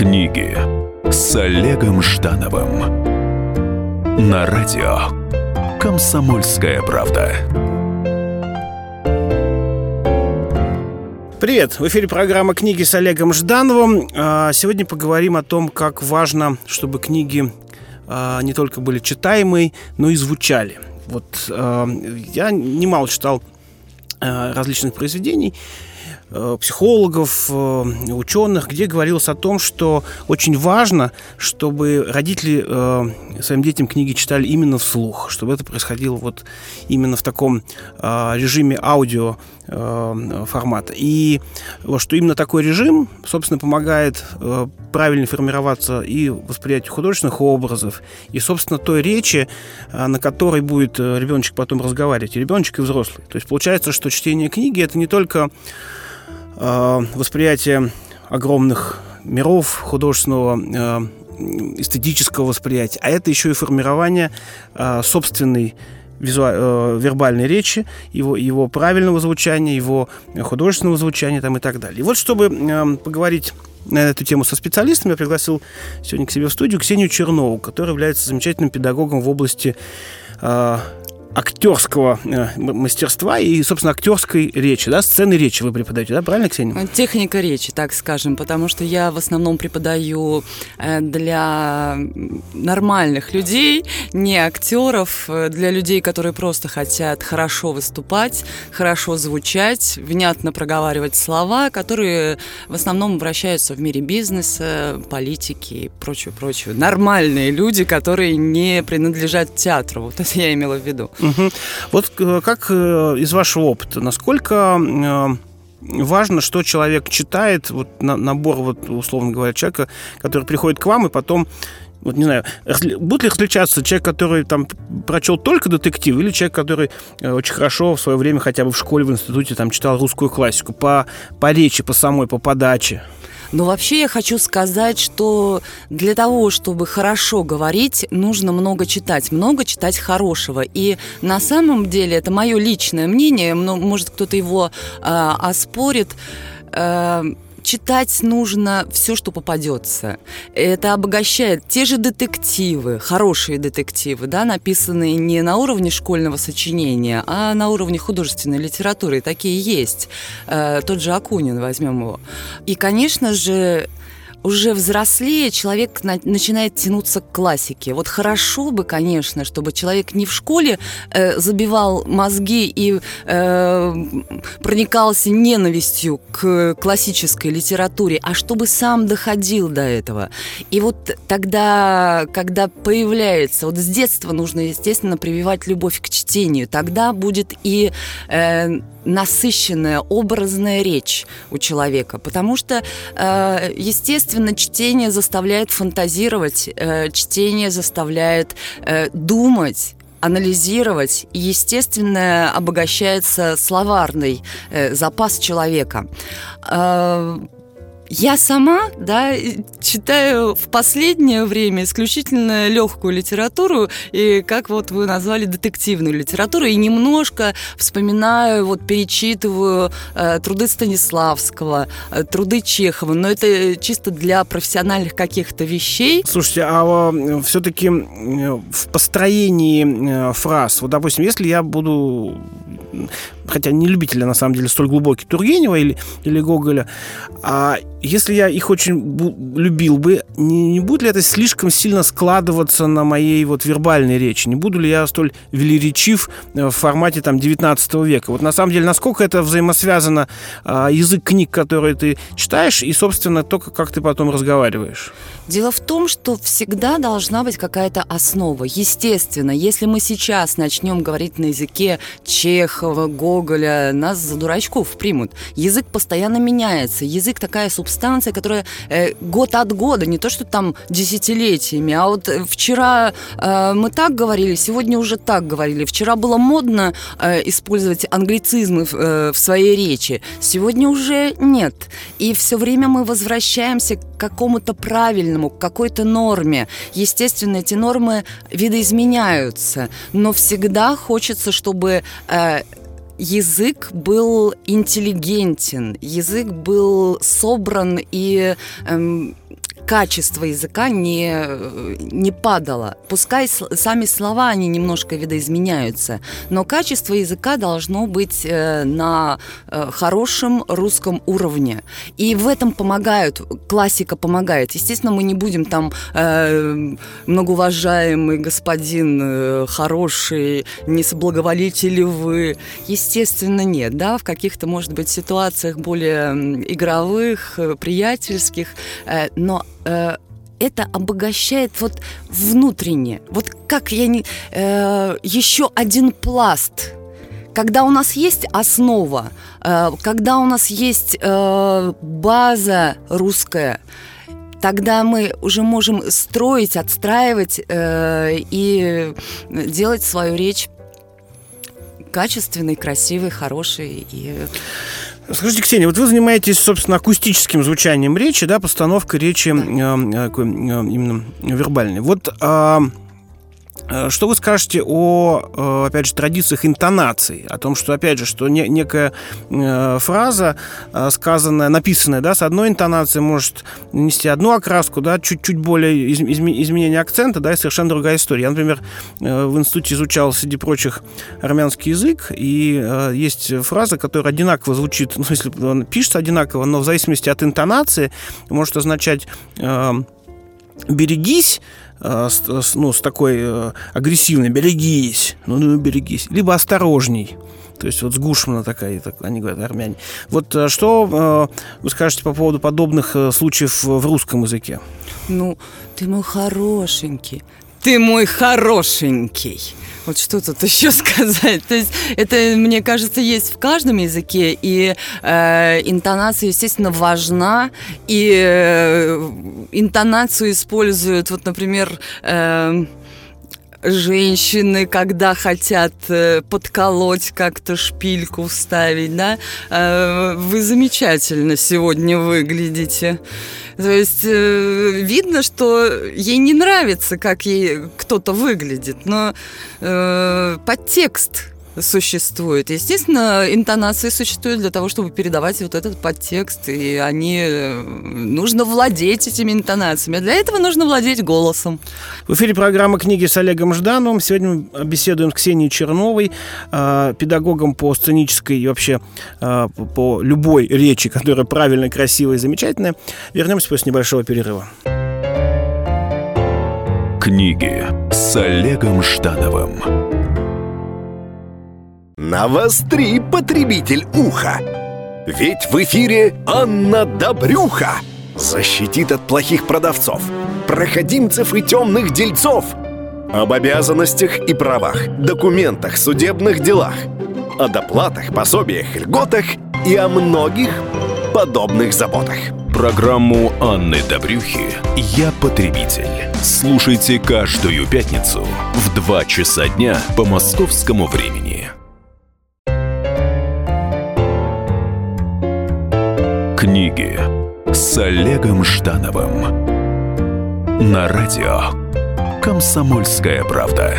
Книги с Олегом Ждановым на радио «Комсомольская правда». Привет! В эфире программа «Книги с Олегом Ждановым». Сегодня поговорим о том, как важно, чтобы книги не только были читаемые, но и звучали. Я немало читал различных произведений психологов, ученых, где говорилось о том, что очень важно, чтобы родители своим детям книги читали именно вслух, чтобы это происходило именно в таком режиме аудио формата. И что именно такой режим, собственно, помогает правильно формироваться и восприятию художественных образов, и, собственно, той речи, на которой будет ребеночек потом разговаривать, и ребеночек, и взрослый. То есть получается, что чтение книги – это не только восприятие огромных миров, художественного, эстетического восприятия, а это еще и формирование собственной вербальной речи, его правильного звучания, его художественного звучания и так далее. И чтобы поговорить на эту тему со специалистами, я пригласил сегодня к себе в студию Ксению Чернову, которая является замечательным педагогом в области актерского мастерства и, собственно, актерской речи, сцены речи вы преподаете, правильно, Ксения? Техника речи, так скажем, потому что я в основном преподаю для нормальных людей, не актеров, для людей, которые просто хотят хорошо выступать, хорошо звучать, внятно проговаривать слова, которые в основном вращаются в мире бизнеса, политики и прочее. Нормальные люди, которые не принадлежат театру. Вот это я имела в виду. Угу. Как из вашего опыта, насколько важно, что человек читает, набор, условно говоря, человека, который приходит к вам, и потом, не знаю, будет ли различаться человек, который прочел только детектив, или человек, который очень хорошо в свое время хотя бы в школе, в институте читал русскую классику по речи, по самой, по подаче? Но вообще я хочу сказать, что для того, чтобы хорошо говорить, нужно много читать хорошего. И на самом деле, это мое личное мнение, может, кто-то его оспорит, читать нужно все, что попадется. Это обогащает. Те же детективы, хорошие детективы, написанные не на уровне школьного сочинения, а на уровне художественной литературы. И такие есть. Тот же Акунин, возьмем его. И, конечно же, уже взрослее человек начинает тянуться к классике. Хорошо бы, конечно, чтобы человек не в школе забивал мозги и проникался ненавистью к классической литературе, а чтобы сам доходил до этого. И тогда, когда появляется, с детства нужно, естественно, прививать любовь к чтению, тогда будет и насыщенная, образная речь у человека, потому что, естественно, чтение заставляет фантазировать, чтение заставляет думать, анализировать, и, естественно, обогащается словарный запас человека. Я сама, читаю в последнее время исключительно легкую литературу, и, как вы назвали, детективную литературу, и немножко вспоминаю, перечитываю труды Станиславского, труды Чехова, но это чисто для профессиональных каких-то вещей. Слушайте, а все-таки в построении фраз, допустим, если я буду, хотя не любитель я, на самом деле, столь глубокий, Тургенева или Гоголя, а если я их очень любил бы, не будет ли это слишком сильно складываться на моей вербальной речи? Не буду ли я столь велеречив в формате 19 века? На самом деле, насколько это взаимосвязано язык книг, которые ты читаешь, и, собственно, то, как ты потом разговариваешь? Дело в том, что всегда должна быть какая-то основа. Естественно, если мы сейчас начнем говорить на языке Чехова, Гоголя, нас за дурачков примут. Язык постоянно меняется. Язык такая субстанция, которая год от года, не то что десятилетиями, а вчера мы так говорили, сегодня уже так говорили. Вчера было модно использовать англицизмы в своей речи, сегодня уже нет. И все время мы возвращаемся к какому-то правильному, к какой-то норме. Естественно, эти нормы видоизменяются, но всегда хочется, чтобы язык был интеллигентен, язык был собран и качество языка не падало. Пускай сами слова, они немножко видоизменяются, но качество языка должно быть на хорошем русском уровне. И в этом классика помогает. Естественно, мы не будем там многоуважаемый господин, хороший, не соблаговолите ли вы? Естественно, нет. Да? В каких-то, может быть, ситуациях более игровых, приятельских, но это обогащает вот внутренне. Вот как еще один пласт. Когда у нас есть основа, когда у нас есть база русская, тогда мы уже можем строить, отстраивать и делать свою речь качественной, красивой, хорошей. Скажите, Ксения, вот вы занимаетесь, собственно, акустическим звучанием речи, да, постановкой речи именно вербальной. Вот что вы скажете о, опять же, традициях интонаций? О том, что, опять же, что некая фраза, сказанная, написанная, да, с одной интонацией может нести одну окраску, да, чуть-чуть более изменение акцента, да, и совершенно другая история. Я, например, в институте изучал, среди прочих, армянский язык, и есть фраза, которая одинаково звучит, ну, если она пишется одинаково, но в зависимости от интонации может означать «берегись», с такой агрессивной «берегись», берегись, либо «осторожней». То есть вот с Гушмана такая, они говорят, армяне. Вот что вы скажете по поводу подобных случаев в русском языке? Ты мой хорошенький. Ты мой хорошенький. Вот что тут еще сказать? То есть это, мне кажется, есть в каждом языке, и интонация, естественно, важна, и интонацию используют, вот, например, женщины, когда хотят подколоть, как-то шпильку вставить, да? Вы замечательно сегодня выглядите. То есть видно, что ей не нравится, как ей кто-то выглядит, но подтекст существует. Естественно, интонации существуют для того, чтобы передавать вот этот подтекст, и нужно владеть этими интонациями. Для этого нужно владеть голосом. В эфире программа «Книги с Олегом Ждановым». Сегодня мы беседуем с Ксенией Черновой, педагогом по сценической и вообще по любой речи, которая правильная, красивая и замечательная. Вернемся после небольшого перерыва. Книги с Олегом Ждановым. Навостри, потребитель, ухо! Ведь в эфире Анна Добрюха защитит от плохих продавцов, проходимцев и темных дельцов. Об обязанностях и правах, документах, судебных делах, о доплатах, пособиях, льготах и о многих подобных заботах. Программу Анны Добрюхи «Я потребитель». Слушайте каждую пятницу в 2 часа дня по московскому времени. Книги с Олегом Ждановым на радио «Комсомольская правда».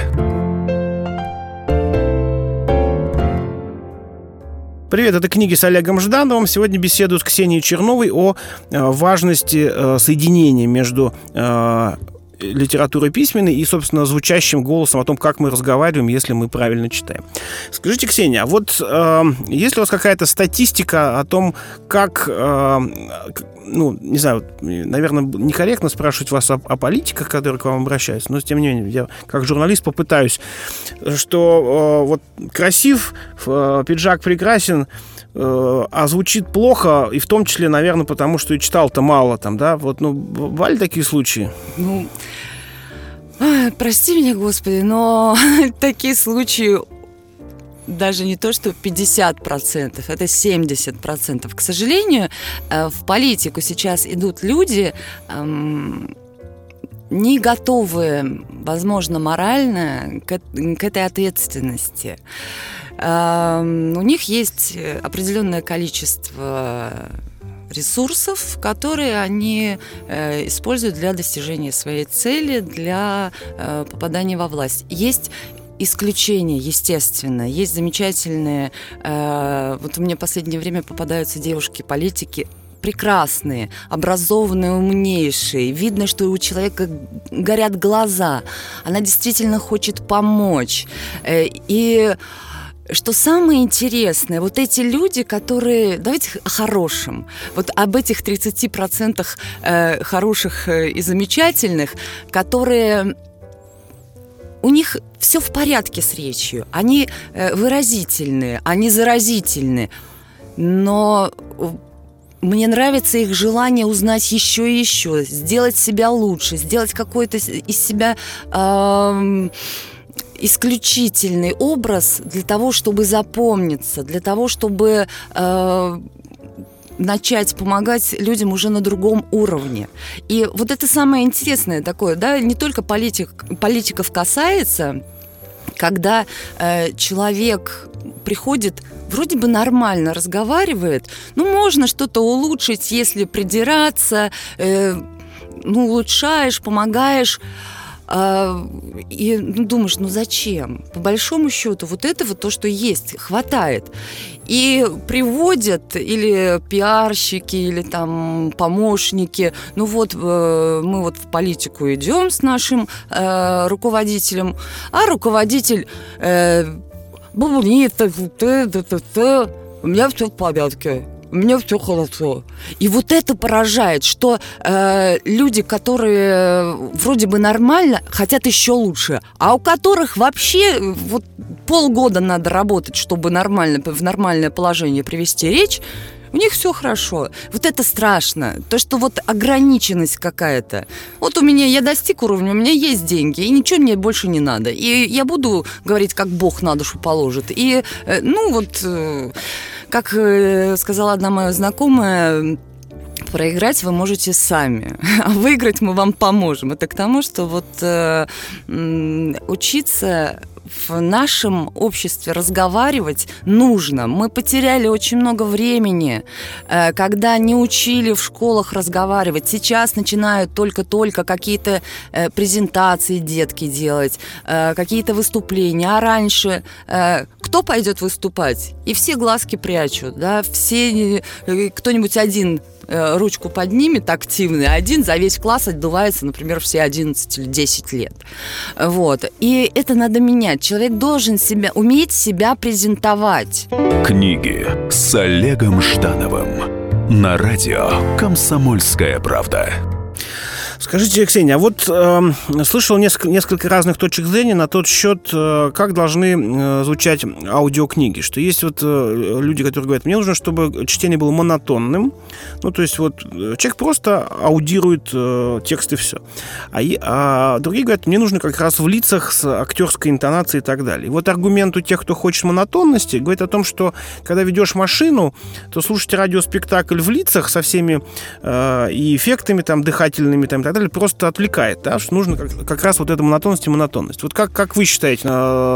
Привет, это «Книги с Олегом Ждановым». Сегодня беседую с Ксенией Черновой о важности соединения между литературой письменной и, собственно, звучащим голосом, о том, как мы разговариваем, если мы правильно читаем. Скажите, Ксения, а вот есть ли у вас какая-то статистика о том, как, не знаю, наверное, некорректно спрашивать вас о политиках, которые к вам обращаются, но, тем не менее, я как журналист попытаюсь, что вот красив, пиджак прекрасен, а звучит плохо, и в том числе, наверное, потому что и читал-то мало там, да? Вот, бывали такие случаи? Прости меня, Господи, но такие случаи даже не то, что 50%, это 70%. К сожалению, в политику сейчас идут люди, не готовые, возможно, морально к этой ответственности. У них есть определенное количество ресурсов, которые они используют для достижения своей цели, для попадания во власть. Есть исключения, естественно. Есть замечательные... Вот у меня в последнее время попадаются девушки-политики прекрасные, образованные, умнейшие. Видно, что у человека горят глаза. Она действительно хочет помочь. И что самое интересное, вот эти люди, которые... Давайте о хорошем. Вот об этих 30% хороших и замечательных, которые... У них все в порядке с речью. Они выразительные, они заразительные. Но мне нравится их желание узнать еще и еще, сделать себя лучше, сделать какой-то из себя... исключительный образ для того, чтобы запомниться, для того, чтобы начать помогать людям уже на другом уровне. И вот это самое интересное такое, да, не только политиков касается, когда человек приходит, вроде бы нормально разговаривает, ну, можно что-то улучшить, если придираться, улучшаешь, помогаешь, и думаешь, зачем? По большому счету, вот этого, то, что есть, хватает. И приводят или пиарщики, или там помощники. Мы вот в политику идем с нашим руководителем, а руководитель бубнит, у меня все в порядке. У меня все хорошо. И вот это поражает, что люди, которые вроде бы нормально, хотят еще лучше, а у которых вообще вот полгода надо работать, чтобы в нормальное положение привести речь, у них все хорошо. Вот это страшно. То, что вот ограниченность какая-то. Вот я достиг уровня, у меня есть деньги, и ничего мне больше не надо. И я буду говорить, как Бог на душу положит. И, как сказала одна моя знакомая, проиграть вы можете сами, а выиграть мы вам поможем. Это к тому, что учиться в нашем обществе разговаривать нужно. Мы потеряли очень много времени, когда не учили в школах разговаривать. Сейчас начинают только-только какие-то презентации детки делать, какие-то выступления. А раньше кто пойдет выступать? И все глазки прячут, да? Кто-нибудь один ручку поднимет активный, а один за весь класс отдувается, например, все 11 или 10 лет. Вот. И это надо менять. Человек должен уметь себя презентовать. Книги с Олегом Ждановым на радио «Комсомольская правда». Скажите, Ксения, слышал несколько разных точек зрения на тот счет, как должны звучать аудиокниги. Что есть люди, которые говорят, мне нужно, чтобы чтение было монотонным. То есть человек просто аудирует текст и все. А другие говорят, мне нужно как раз в лицах с актерской интонацией и так далее. И аргумент у тех, кто хочет монотонности, говорит о том, что когда ведешь машину, то слушать радиоспектакль в лицах со всеми и эффектами дыхательными и так далее просто отвлекает, да, что нужно как раз эта монотонность и монотонность. Как вы считаете,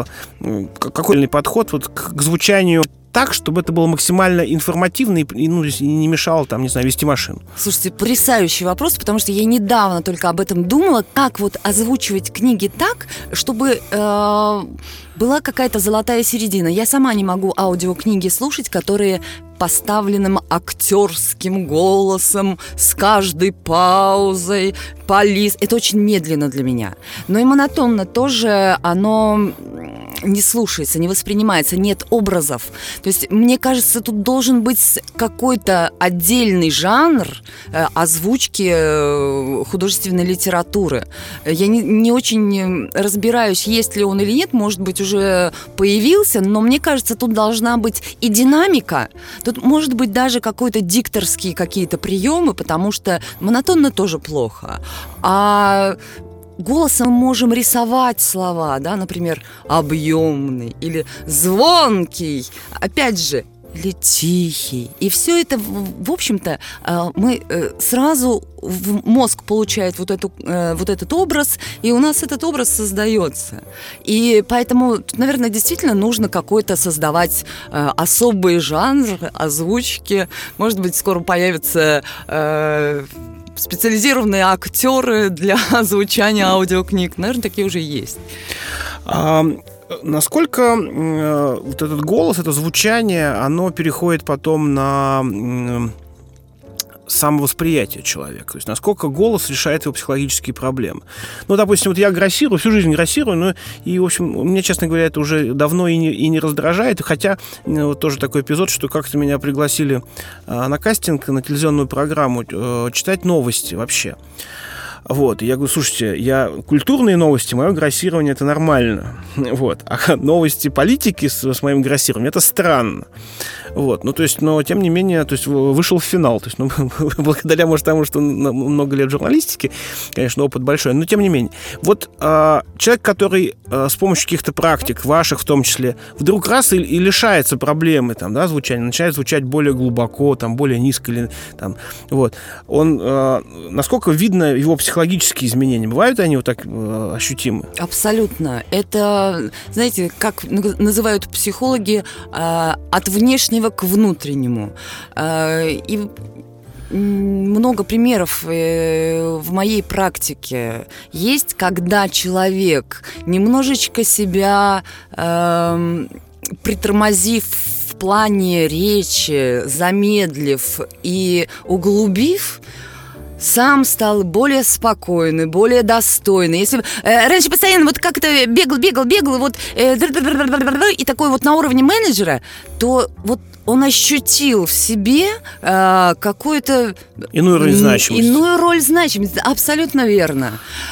какой подход к звучанию так, чтобы это было максимально информативно и не мешало, вести машину? Слушайте, потрясающий вопрос, потому что я недавно только об этом думала, как озвучивать книги так, чтобы была какая-то золотая середина. Я сама не могу аудиокниги слушать, которые поставленным актерским голосом, с каждой паузой, это очень медленно для меня. Но и монотонно тоже оно не слушается, не воспринимается, нет образов. То есть, мне кажется, тут должен быть какой-то отдельный жанр озвучки художественной литературы. Я не очень разбираюсь, есть ли он или нет, может быть, уже появился, но мне кажется, тут должна быть и динамика. Тут может быть даже какой-то дикторские какие-то приемы, потому что монотонно тоже плохо. А голосом мы можем рисовать слова, да, например, объемный или звонкий, опять же, или тихий. И все это, в общем-то, мы сразу мозг получает этот образ, и у нас этот образ создается. И поэтому, наверное, действительно нужно какой-то создавать особый жанр озвучки. Может быть, скоро появятся специализированные актеры для озвучания аудиокниг. Наверное, такие уже есть. Насколько этот голос, это звучание, оно переходит потом на самовосприятия человека. То есть насколько голос решает его психологические проблемы. Ну, допустим, вот я грассирую, всю жизнь грассирую, но и, в общем, меня, честно говоря, это уже давно и не раздражает. Хотя вот тоже такой эпизод, что как-то меня пригласили на кастинг, на телевизионную программу читать новости вообще. Вот, я говорю, слушайте, культурные новости, мое грассирование — это нормально. Вот. А новости политики с моим грассированием — это странно. Вот. Ну, то есть, но, тем не менее, то есть, вышел в финал. То есть, ну, благодаря, может, тому, что много лет журналистики, конечно, опыт большой, но, тем не менее. Вот человек, который с помощью каких-то практик, ваших в том числе, вдруг раз и лишается проблемы, там, да, звучания, начинает звучать более глубоко, там, более низко, или, там, вот. Он, насколько видно его психологические изменения? Бывают они вот так ощутимы? Абсолютно. Это, знаете, как называют психологи, от внешнего к внутреннему. И много примеров в моей практике есть, когда человек, немножечко себя притормозив в плане речи, замедлив и углубив, сам стал более спокойный, более достойный. Если раньше постоянно вот как-то бегал, вот и такой вот на уровне менеджера, то вот он ощутил в себе какую-то иную роль значимости. Абсолютно верно.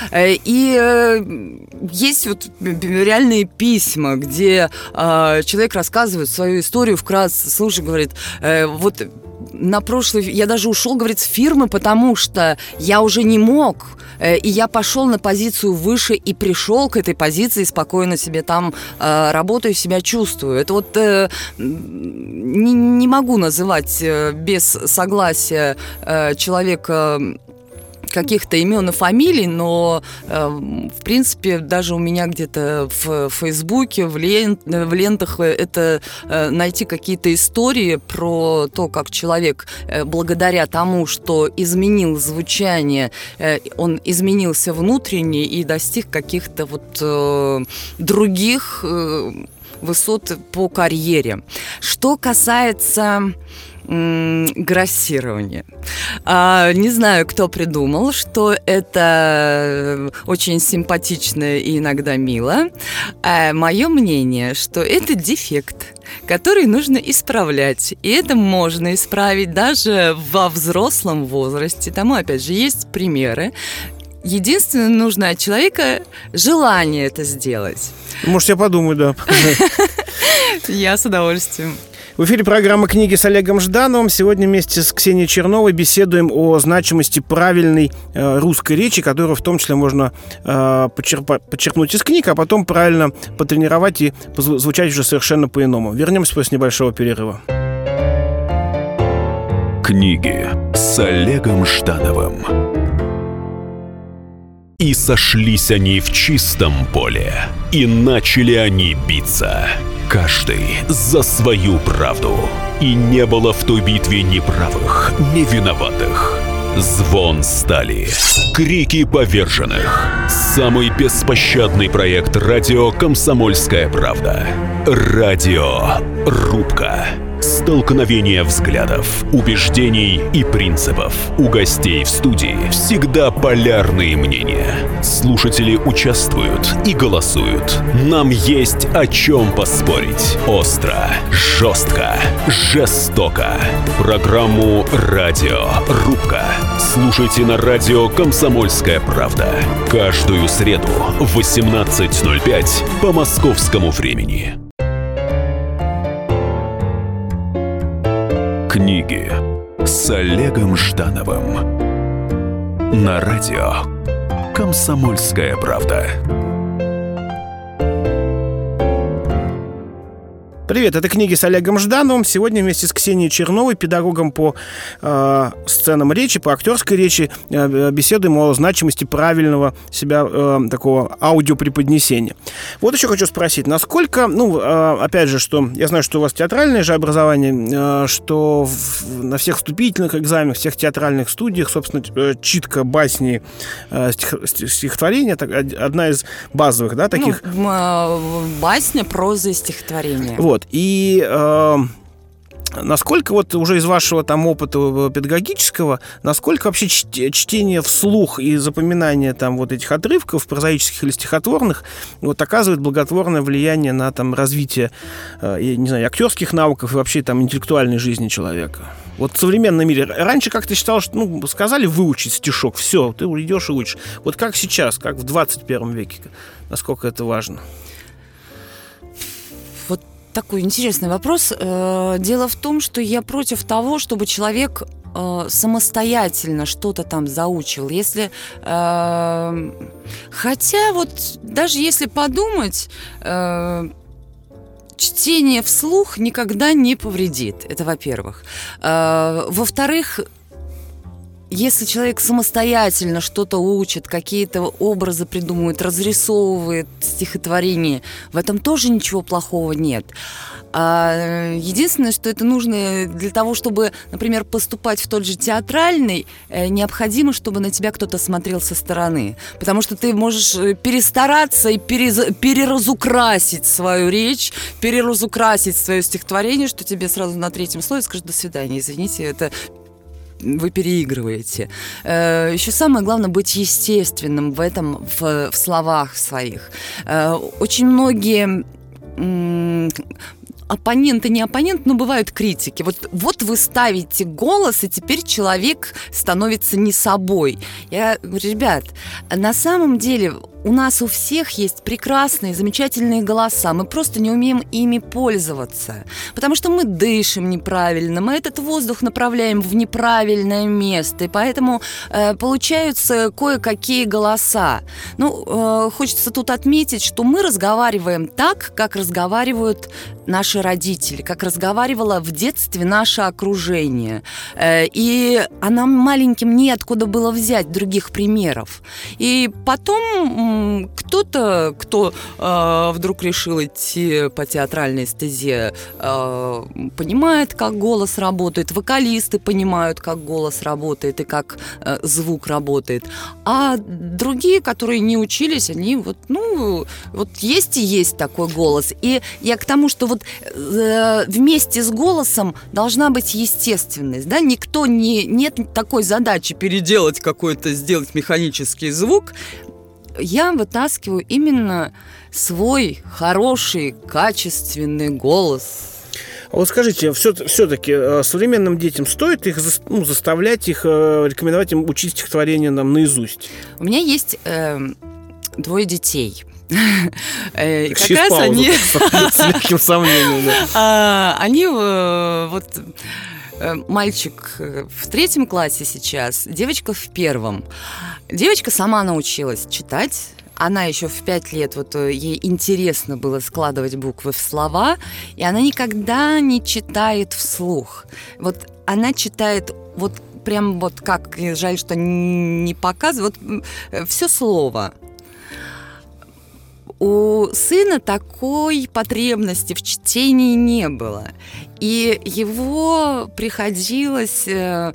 И есть вот реальные письма, где человек рассказывает свою историю вкратце. Слушай, говорит, вот на прошлый... Я даже ушел, говорит, с фирмы, потому что я уже не мог. И я пошел на позицию выше и пришел к этой позиции, спокойно себе там работаю, себя чувствую. Это вот не могу называть без согласия человека каких-то имен и фамилий, но, в принципе, даже у меня где-то в Фейсбуке, в лентах это найти какие-то истории про то, как человек, благодаря тому, что изменил звучание, он изменился внутренне и достиг каких-то вот других высот по карьере. Что касается грассирование. Не знаю, кто придумал, что это очень симпатично и иногда мило. Мое мнение, что это дефект, который нужно исправлять. И это можно исправить даже во взрослом возрасте. Тому, опять же, есть примеры. Единственное, нужно от человека желание это сделать. Может, я подумаю, да. Я с удовольствием. В эфире программа «Книги» с Олегом Ждановым. Сегодня вместе с Ксенией Черновой беседуем о значимости правильной русской речи, которую в том числе можно подчеркнуть из книг, а потом правильно потренировать и звучать уже совершенно по-иному. Вернемся после небольшого перерыва. Книги с Олегом Ждановым. И сошлись они в чистом поле, и начали они биться. Каждый за свою правду. И не было в той битве ни правых, ни виноватых. Звон стали, крики поверженных. Самый беспощадный проект радио «Комсомольская правда». Радиорубка. Столкновение взглядов, убеждений и принципов. У гостей в студии всегда полярные мнения. Слушатели участвуют и голосуют. Нам есть о чем поспорить. Остро, жестко, жестоко. Программу «Радиорубка» слушайте на радио «Комсомольская правда». Каждую среду в 18:05 по московскому времени. Книги с Олегом Ждановым на радио «Комсомольская правда». Привет, это «Книги с Олегом Ждановым». Сегодня вместе с Ксенией Черновой, педагогом по сценам речи, по актерской речи, беседуем о значимости правильного себя такого аудиопреподнесения. Вот еще хочу спросить, насколько, опять же, что я знаю, что у вас театральное же образование, что на всех вступительных экзаменах, всех театральных студиях, собственно, читка, басни, стихотворения, одна из базовых, да, таких? Басня, проза и стихотворение. Вот, и насколько вот уже из вашего там опыта педагогического, насколько вообще чтение вслух и запоминание там вот этих отрывков прозаических или стихотворных вот оказывает благотворное влияние на там развитие, я не знаю, актерских навыков и вообще там интеллектуальной жизни человека? Вот в современном мире. Раньше как-то считал, что, сказали выучить стишок, все, ты идешь и учишь. Вот как сейчас, как в 21 веке, насколько это важно? Вот такой интересный вопрос. Дело в том, что я против того, чтобы человек самостоятельно что-то там заучивал. Если, хотя вот даже если подумать, чтение вслух никогда не повредит. Это во-первых. Во-вторых, если человек самостоятельно что-то учит, какие-то образы придумывает, разрисовывает стихотворение, в этом тоже ничего плохого нет. Единственное, что это нужно для того, чтобы, например, поступать в тот же театральный, необходимо, чтобы на тебя кто-то смотрел со стороны. Потому что ты можешь перестараться и переразукрасить свою речь, переразукрасить свое стихотворение, что тебе сразу на третьем слое скажут: до свидания, извините, это... вы переигрываете. Еще самое главное — быть естественным в этом, в словах своих. Очень многие оппоненты, не оппоненты, но бывают критики. Вот вы ставите голос, и теперь человек становится не собой. Я говорю: ребят, на самом деле у нас у всех есть прекрасные, замечательные голоса. Мы просто не умеем ими пользоваться. Потому что мы дышим неправильно, мы этот воздух направляем в неправильное место. И поэтому получаются кое-какие голоса. Хочется тут отметить, что мы разговариваем так, как разговаривают наши родители, как разговаривало в детстве наше окружение. И нам маленьким неоткуда было взять других примеров. И потом кто-то, кто вдруг решил идти по театральной стезе, понимает, как голос работает, вокалисты понимают, как голос работает и как звук работает. А другие, которые не учились, они есть и есть такой голос. И я к тому, что вместе с голосом должна быть естественность. Да? Нет такой задачи переделать какой-то, сделать механический звук. Я вытаскиваю именно свой хороший, качественный голос. Вот скажите, все-таки современным детям стоит их заставлять их, рекомендовать им учить стихотворение наизусть? У меня есть 2 детей. Как раз они... С легким сомнением. Они мальчик в 3 классе сейчас, девочка в 1. Девочка сама научилась читать. Она еще в 5 лет, ей интересно было складывать буквы в слова, и она никогда не читает вслух. Она читает прям как, жаль, что не показывает, все слово. У сына такой потребности в чтении не было. И его приходилось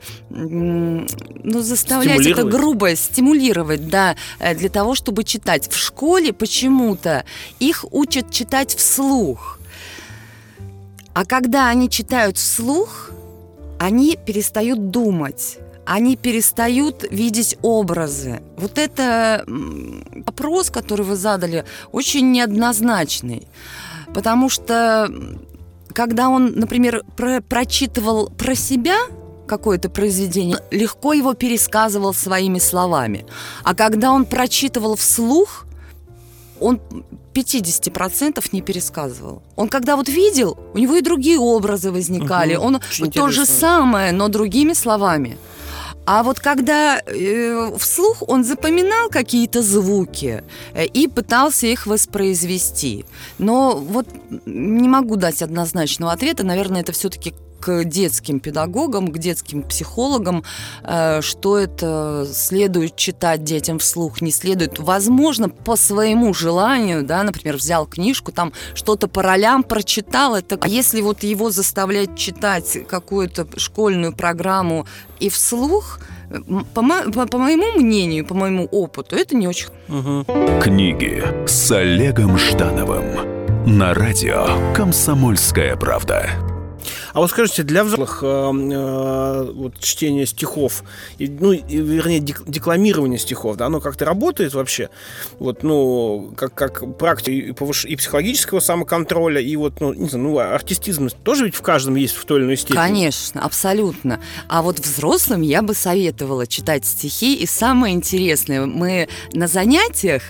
заставлять, это грубо, стимулировать, да, для того, чтобы читать. В школе почему-то их учат читать вслух. А когда они читают вслух, они перестают думать. Они перестают видеть образы. Это вопрос, который вы задали, очень неоднозначный. Потому что, когда он, например, прочитывал про себя какое-то произведение, легко его пересказывал своими словами. А когда он прочитывал вслух, он 50% не пересказывал. Он когда видел, у него и другие образы возникали. Он то же самое, но другими словами. А когда вслух он запоминал какие-то звуки и пытался их воспроизвести. Но не могу дать однозначного ответа. Наверное, это все-таки к детским педагогам, к детским психологам, что это следует читать детям вслух, не следует. Возможно, по своему желанию, да, например, взял книжку, там что-то по ролям прочитал. А если его заставлять читать какую-то школьную программу и вслух, по моему мнению, по моему опыту, это не очень... Книги с Олегом Ждановым на радио «Комсомольская правда». А вот скажите, для взрослых вот чтение стихов, вернее, декламирование стихов, да, оно как-то работает вообще? Вот, ну, как практика и психологического самоконтроля, и вот, ну, не знаю, артистизм тоже ведь в каждом есть в той или иной степени. Конечно, абсолютно. А вот взрослым я бы советовала читать стихи. И самое интересное, мы на занятиях,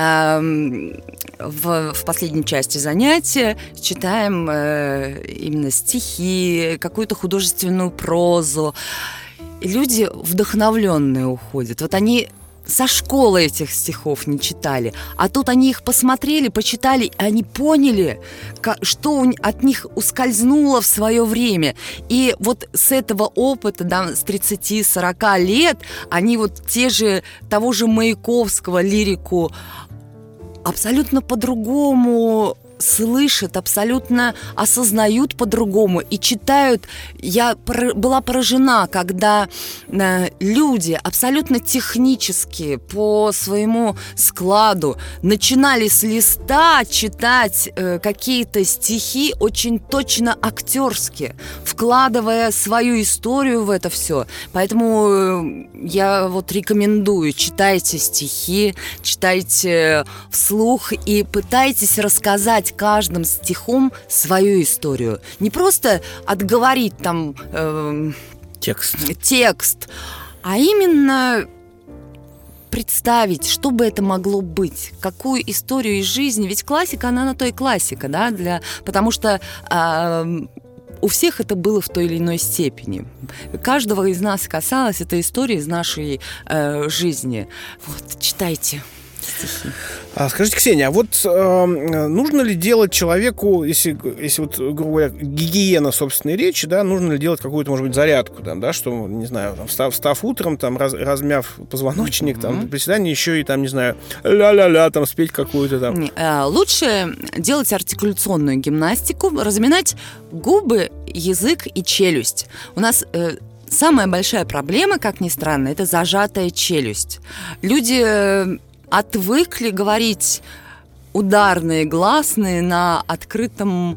в последней части занятия читаем именно стихи, какую-то художественную прозу. И люди вдохновленные уходят. Вот они со школы этих стихов не читали, а тут они их посмотрели, почитали, и они поняли, что от них ускользнуло в свое время. И вот с этого опыта, да, с 30-40 лет, они вот того же Маяковского лирику абсолютно по-другому слышат, абсолютно осознают по-другому и читают. Я была поражена, когда люди абсолютно технически по своему складу начинали с листа читать какие-то стихи очень точно актерски, вкладывая свою историю в это все. Поэтому я вот рекомендую: читайте стихи, читайте вслух и пытайтесь рассказать каждым стихом свою историю. Не просто отговорить там текст, а именно представить, что бы это могло быть, какую историю из жизни. Ведь классика, она на то и классика, да, потому что у всех это было в той или иной степени. Каждого из нас касалась эта история из нашей жизни. Вот, читайте стихи. Скажите, Ксения, а вот нужно ли делать человеку, если вот, грубо говоря, гигиена собственной речи, да, нужно ли делать какую-то, может быть, зарядку, там, да, что, не знаю, там, встав утром, там, размяв позвоночник, там, приседание, еще и, там, не знаю, ля-ля-ля, там, спеть какую-то там. Лучше делать артикуляционную гимнастику, разминать губы, язык и челюсть. У нас самая большая проблема, как ни странно, это зажатая челюсть. Люди отвыкли говорить ударные, гласные на открытой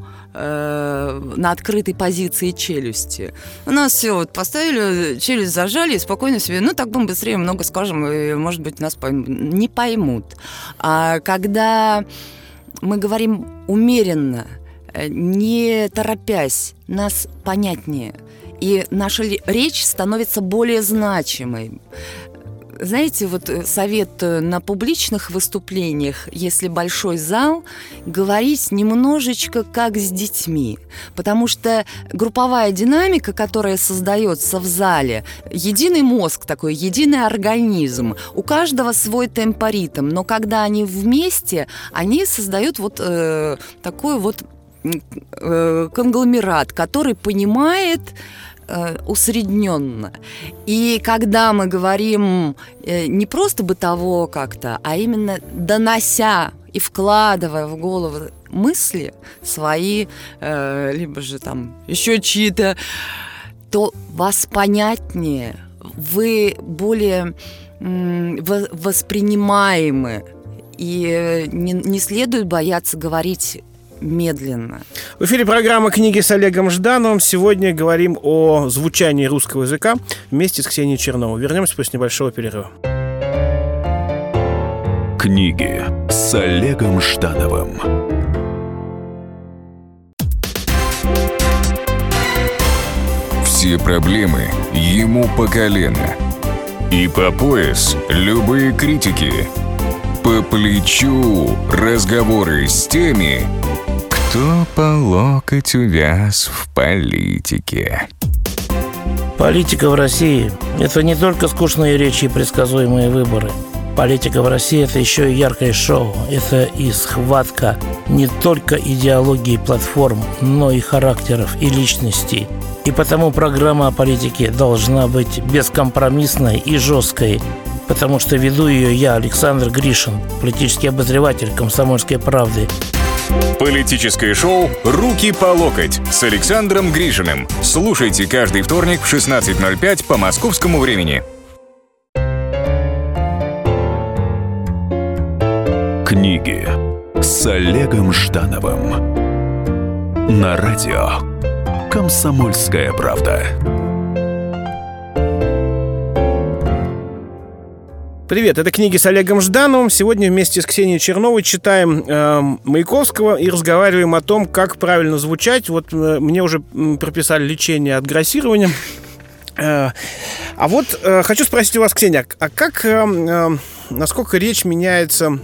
позиции челюсти. У нас все, вот поставили, челюсть зажали и спокойно себе, так мы быстрее много скажем, и, может быть, нас не поймут. А когда мы говорим умеренно, не торопясь, нас понятнее, и наша речь становится более значимой. Знаете, вот совет на публичных выступлениях, если большой зал, говорить немножечко как с детьми, потому что групповая динамика, которая создается в зале, единый мозг такой, единый организм, у каждого свой темпоритм, но когда они вместе, они создают вот такой вот конгломерат, который понимает усредненно. И когда мы говорим не просто бытово как-то, а именно донося и вкладывая в голову мысли свои, либо же там еще чьи-то, то вас понятнее, вы более воспринимаемы, и не следует бояться говорить медленно. В эфире программа «Книги с Олегом Ждановым». Сегодня говорим о звучании русского языка вместе с Ксенией Черновой. Вернемся после небольшого перерыва. Книги с Олегом Ждановым. Все проблемы ему по колено. И по пояс любые критики. По плечу разговоры с теми, кто по локоть увяз в политике. Политика в России – это не только скучные речи и предсказуемые выборы. Политика в России – это еще и яркое шоу. Это и схватка не только идеологии и платформ, но и характеров и личностей. И потому программа о политике должна быть бескомпромиссной и жесткой, потому что веду ее я, Александр Гришин, политический обозреватель «Комсомольской правды». Политическое шоу «Руки по локоть» с Александром Гришиным. Слушайте каждый вторник в 16:05 по московскому времени. Книги с Олегом Ждановым. На радио «Комсомольская правда». Привет, это «Книги с Олегом Ждановым». Сегодня вместе с Ксенией Черновой читаем Маяковского и разговариваем о том, как правильно звучать. Вот мне уже прописали лечение от грассирования. А вот хочу спросить у вас, Ксения, а как, насколько речь меняется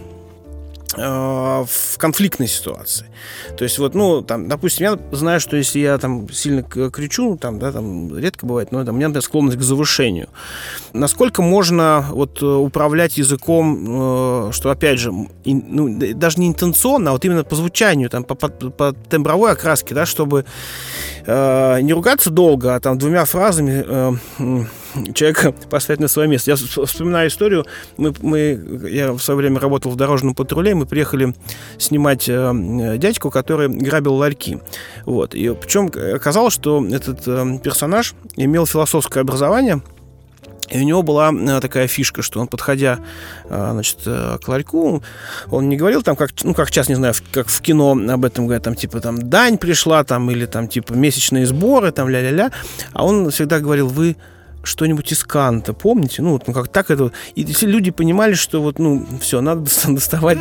в конфликтной ситуации? То есть вот, ну, там, допустим, я знаю, что если я там сильно кричу, там, да, там редко бывает, но там, у меня склонность к завышению. Насколько можно вот управлять языком, что, опять же, даже не интенционно, а вот именно по звучанию, там, по тембровой окраске, да, чтобы не ругаться долго, а там двумя фразами человека поставить на свое место. Я вспоминаю историю. Я в свое время работал в дорожном патруле, мы приехали снимать дядьку, который грабил ларьки. Вот. И причем оказалось, что этот персонаж имел философское образование, и у него была такая фишка, что он, подходя, значит, к ларьку, он не говорил там, как сейчас, не знаю, как в кино об этом говорят, там, типа, там, дань пришла, там, или там, типа, месячные сборы, там, ля-ля-ля, а он всегда говорил: вы что-нибудь из Канта, помните? Ну, вот, как так это... И все люди понимали, что вот, ну, все, надо доставать.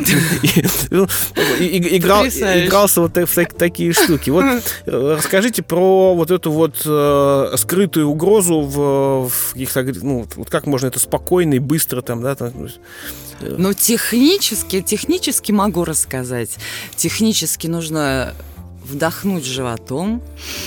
Игрался вот в такие штуки. Вот расскажите про вот эту вот скрытую угрозу в каких-то... Ну, вот как можно это спокойно и быстро там, да? Ну, технически могу рассказать. Технически нужно вдохнуть животом,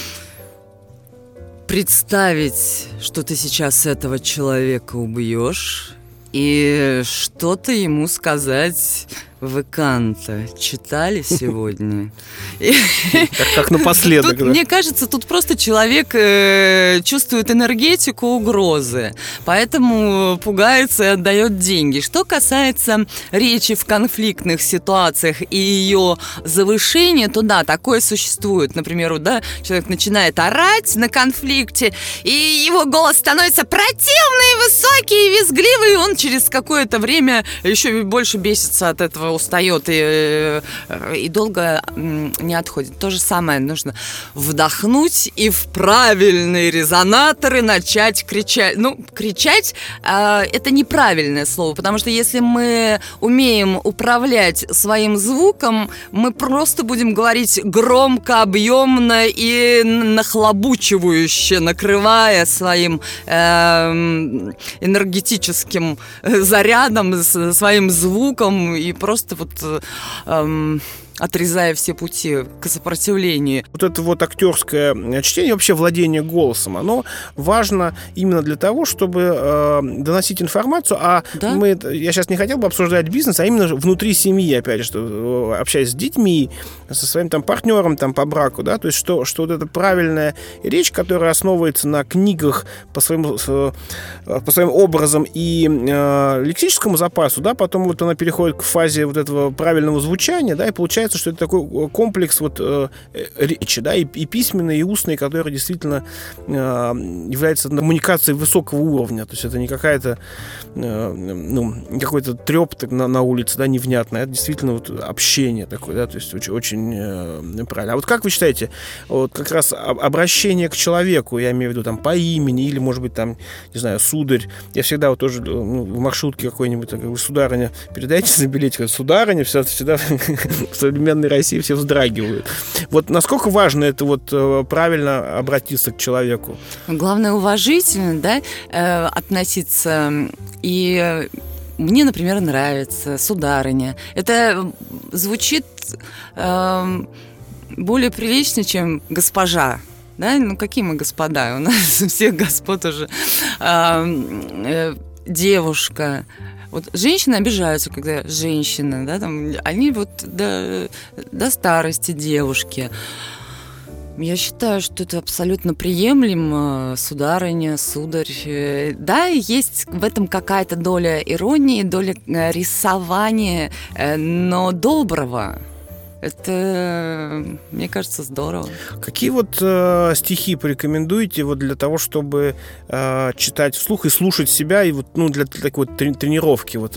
представить, что ты сейчас этого человека убьешь, и что-то ему сказать. Вы Канта читали сегодня? Как напоследок. Мне кажется, тут просто человек чувствует энергетику угрозы, поэтому пугается и отдает деньги. Что касается речи в конфликтных ситуациях и ее завышения, то да, такое существует. Например, да, человек начинает орать на конфликте, и его голос становится противный, высокий, визгливый, и он через какое-то время еще больше бесится от этого, устает и долго не отходит. То же самое нужно вдохнуть и в правильные резонаторы начать кричать. Ну, кричать это неправильное слово, потому что если мы умеем управлять своим звуком, мы просто будем говорить громко, объемно и нахлобучивающе, накрывая своим энергетическим зарядом, своим звуком и просто вот отрезая все пути к сопротивлению. Вот это вот актерское чтение, вообще владение голосом, оно важно именно для того, чтобы доносить информацию. Да? Я сейчас не хотел бы обсуждать бизнес, а именно внутри семьи, опять же, что, общаясь с детьми, со своим там партнером там, по браку, да, то есть что вот эта правильная речь, которая основывается на книгах по своим образам и лексическому запасу, да, потом вот она переходит к фазе вот этого правильного звучания, да, и получается, что это такой комплекс вот речи, да, и письменной, и устной, которая действительно является коммуникацией высокого уровня. То есть это не какая-то, какой-то треп на улице, да, невнятное. Это действительно вот общение такое, да, то есть очень, очень правильно. А вот как вы считаете, вот как раз обращение к человеку, я имею в виду там по имени или, может быть, там, не знаю, сударь. Я всегда вот тоже в маршрутке какой-нибудь, так, сударыня, передайте за билетик, сударыня, всегда в современной России все вздрагивают. Вот насколько важно это вот правильно обратиться к человеку? Главное, уважительно, да, относиться. И мне, например, нравится сударыня. Это звучит более прилично, чем госпожа. Да? Ну, какие мы господа? У нас у всех господ уже девушка. Вот женщины обижаются, когда женщина, да, там, они вот до старости девушки. Я считаю, что это абсолютно приемлемо, сударыня, сударь. Да, есть в этом какая-то доля иронии, доля рисования, но доброго. Это, мне кажется, здорово. Какие вот стихи порекомендуете вот для того, чтобы читать вслух и слушать себя, и вот, ну, для такой вот тренировки, вот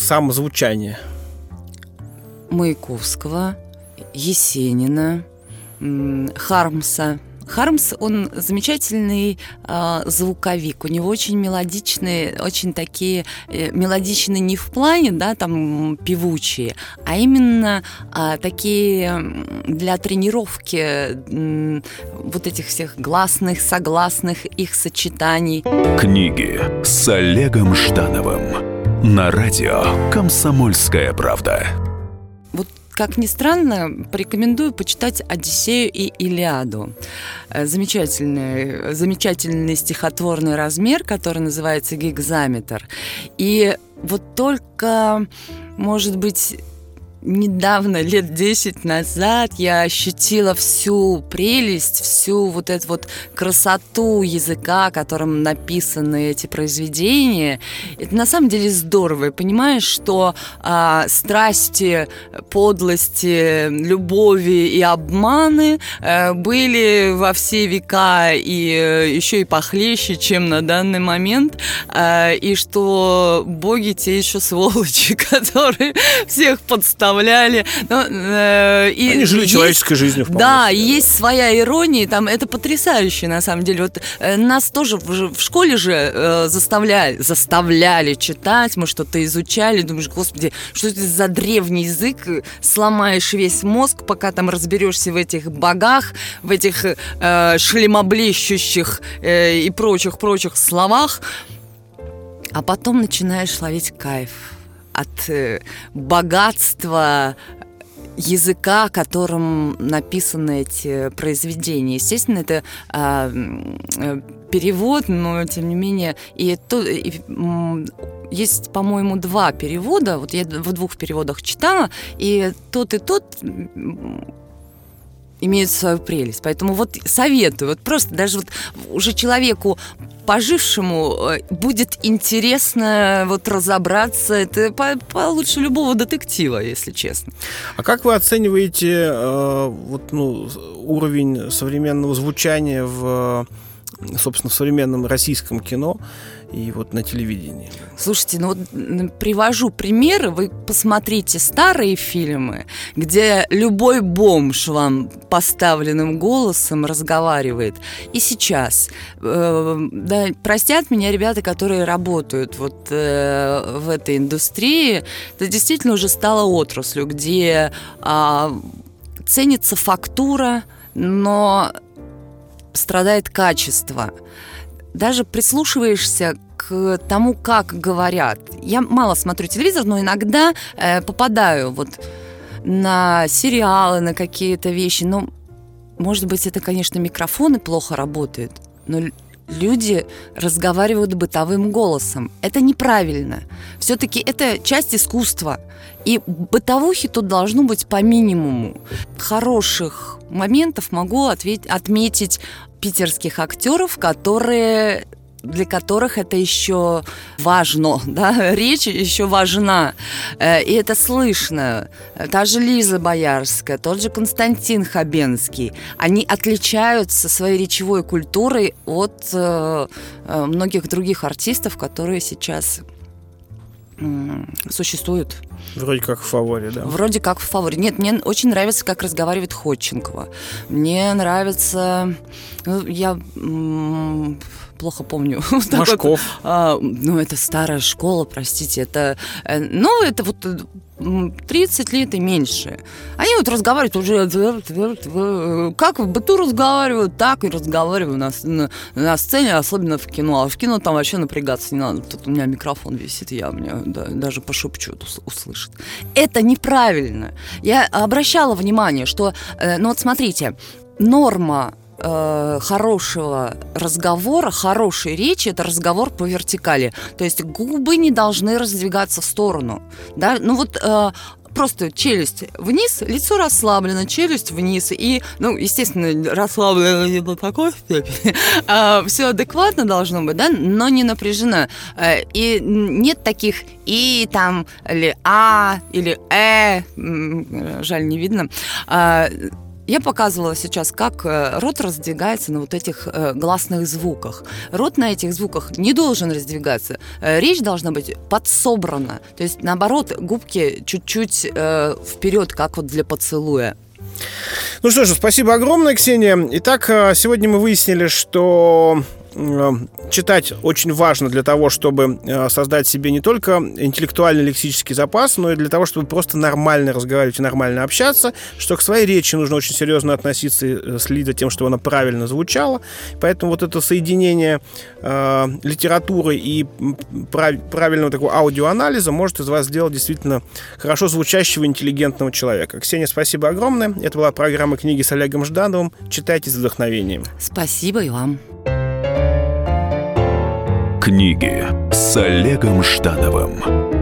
самозвучания? Маяковского, Есенина, Хармса. Хармс, он замечательный звуковик. У него очень мелодичные, очень такие мелодичные не в плане, да, там певучие, а именно такие для тренировки вот этих всех гласных, согласных, их сочетаний. Книги с Олегом Ждановым на радио «Комсомольская правда». Вот, как ни странно, порекомендую почитать «Одиссею» и «Илиаду». Замечательный стихотворный размер, который называется гекзаметр. И вот только, может быть, недавно, лет 10 назад, я ощутила всю прелесть, всю вот эту вот красоту языка, которым написаны эти произведения. Это на самом деле здорово. И понимаешь, что страсти, подлости, любови и обманы были во все века и еще и похлеще, чем на данный момент. И что боги те еще сволочи, которые всех подставляли. Они жили человеческой жизнью вполне. Да, и есть своя ирония, там это потрясающе на самом деле. Вот нас тоже в школе же заставляли читать, мы что-то изучали, думаешь, господи, что это за древний язык, сломаешь весь мозг, пока там разберешься в этих богах, в этих шлемоблещущих и прочих словах, а потом начинаешь ловить кайф от богатства языка, которым написаны эти произведения. Естественно, это перевод, но тем не менее есть, по-моему, 2 перевода. Вот я в 2 переводах читала, и тот имеют свою прелесть. Поэтому вот советую, вот просто даже вот уже человеку пожившему будет интересно вот разобраться. Это получше любого детектива, если честно. А как вы оцениваете уровень современного звучания собственно, в современном российском кино и вот на телевидении? Слушайте, привожу примеры. Вы посмотрите старые фильмы, где любой бомж вам поставленным голосом разговаривает. И сейчас. Да, простят меня ребята, которые работают вот в этой индустрии. Это действительно уже стало отраслью, где ценится фактура, но страдает качество. Даже прислушиваешься к тому, как говорят. Я мало смотрю телевизор, но иногда попадаю вот на сериалы, на какие-то вещи. Но, может быть, это, конечно, микрофоны плохо работают, но люди разговаривают бытовым голосом. Это неправильно. Все-таки это часть искусства. И бытовухи тут должно быть по минимуму. Хороших моментов могу отметить питерских актеров, для которых это еще важно, да? Речь еще важна, и это слышно. Та же Лиза Боярская, тот же Константин Хабенский, они отличаются своей речевой культурой от многих других артистов, которые сейчас существуют. Вроде как в фаворе, да? Вроде как в фаворе. Нет, мне очень нравится, как разговаривает Ходченкова. Мне нравится... Я плохо помню. Машков. Это старая школа, простите. Это вот 30 лет и меньше. Они вот разговаривают уже... Как в быту разговаривают, так и разговариваю на сцене, особенно в кино. А в кино там вообще напрягаться не надо. Тут у меня микрофон висит, и я даже пошепчу, услышит. Это неправильно. Я обращала внимание, что... смотрите, норма хорошего разговора, хорошей речи – это разговор по вертикали. То есть губы не должны раздвигаться в сторону. Да? Просто челюсть вниз, лицо расслаблено, челюсть вниз. И, естественно, расслаблено не до такой степени. Все адекватно должно быть, да, но не напряжено. И нет таких «и» там, или «а», или жаль, не видно. Я показывала сейчас, как рот раздвигается на вот этих гласных звуках. Рот на этих звуках не должен раздвигаться. Речь должна быть подсобрана. То есть, наоборот, губки чуть-чуть вперед, как вот для поцелуя. Ну что же, спасибо огромное, Ксения. Итак, сегодня мы выяснили, что читать очень важно для того, чтобы создать себе не только интеллектуальный лексический запас, но и для того, чтобы просто нормально разговаривать и нормально общаться, что к своей речи нужно очень серьезно относиться и следить за тем, чтобы она правильно звучала. Поэтому вот это соединение литературы и правильного такого аудиоанализа может из вас сделать действительно хорошо звучащего, интеллигентного человека. Ксения, спасибо огромное. Это была программа «Книги с Олегом Ждановым». Читайте с вдохновением. Спасибо и вам. Книги с Олегом Ждановым.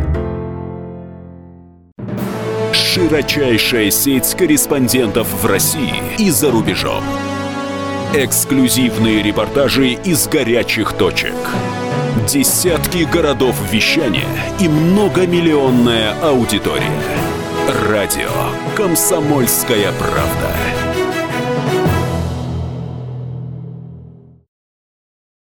Широчайшая сеть корреспондентов в России и за рубежом. Эксклюзивные репортажи из горячих точек. Десятки городов вещания и многомиллионная аудитория. Радио «Комсомольская правда».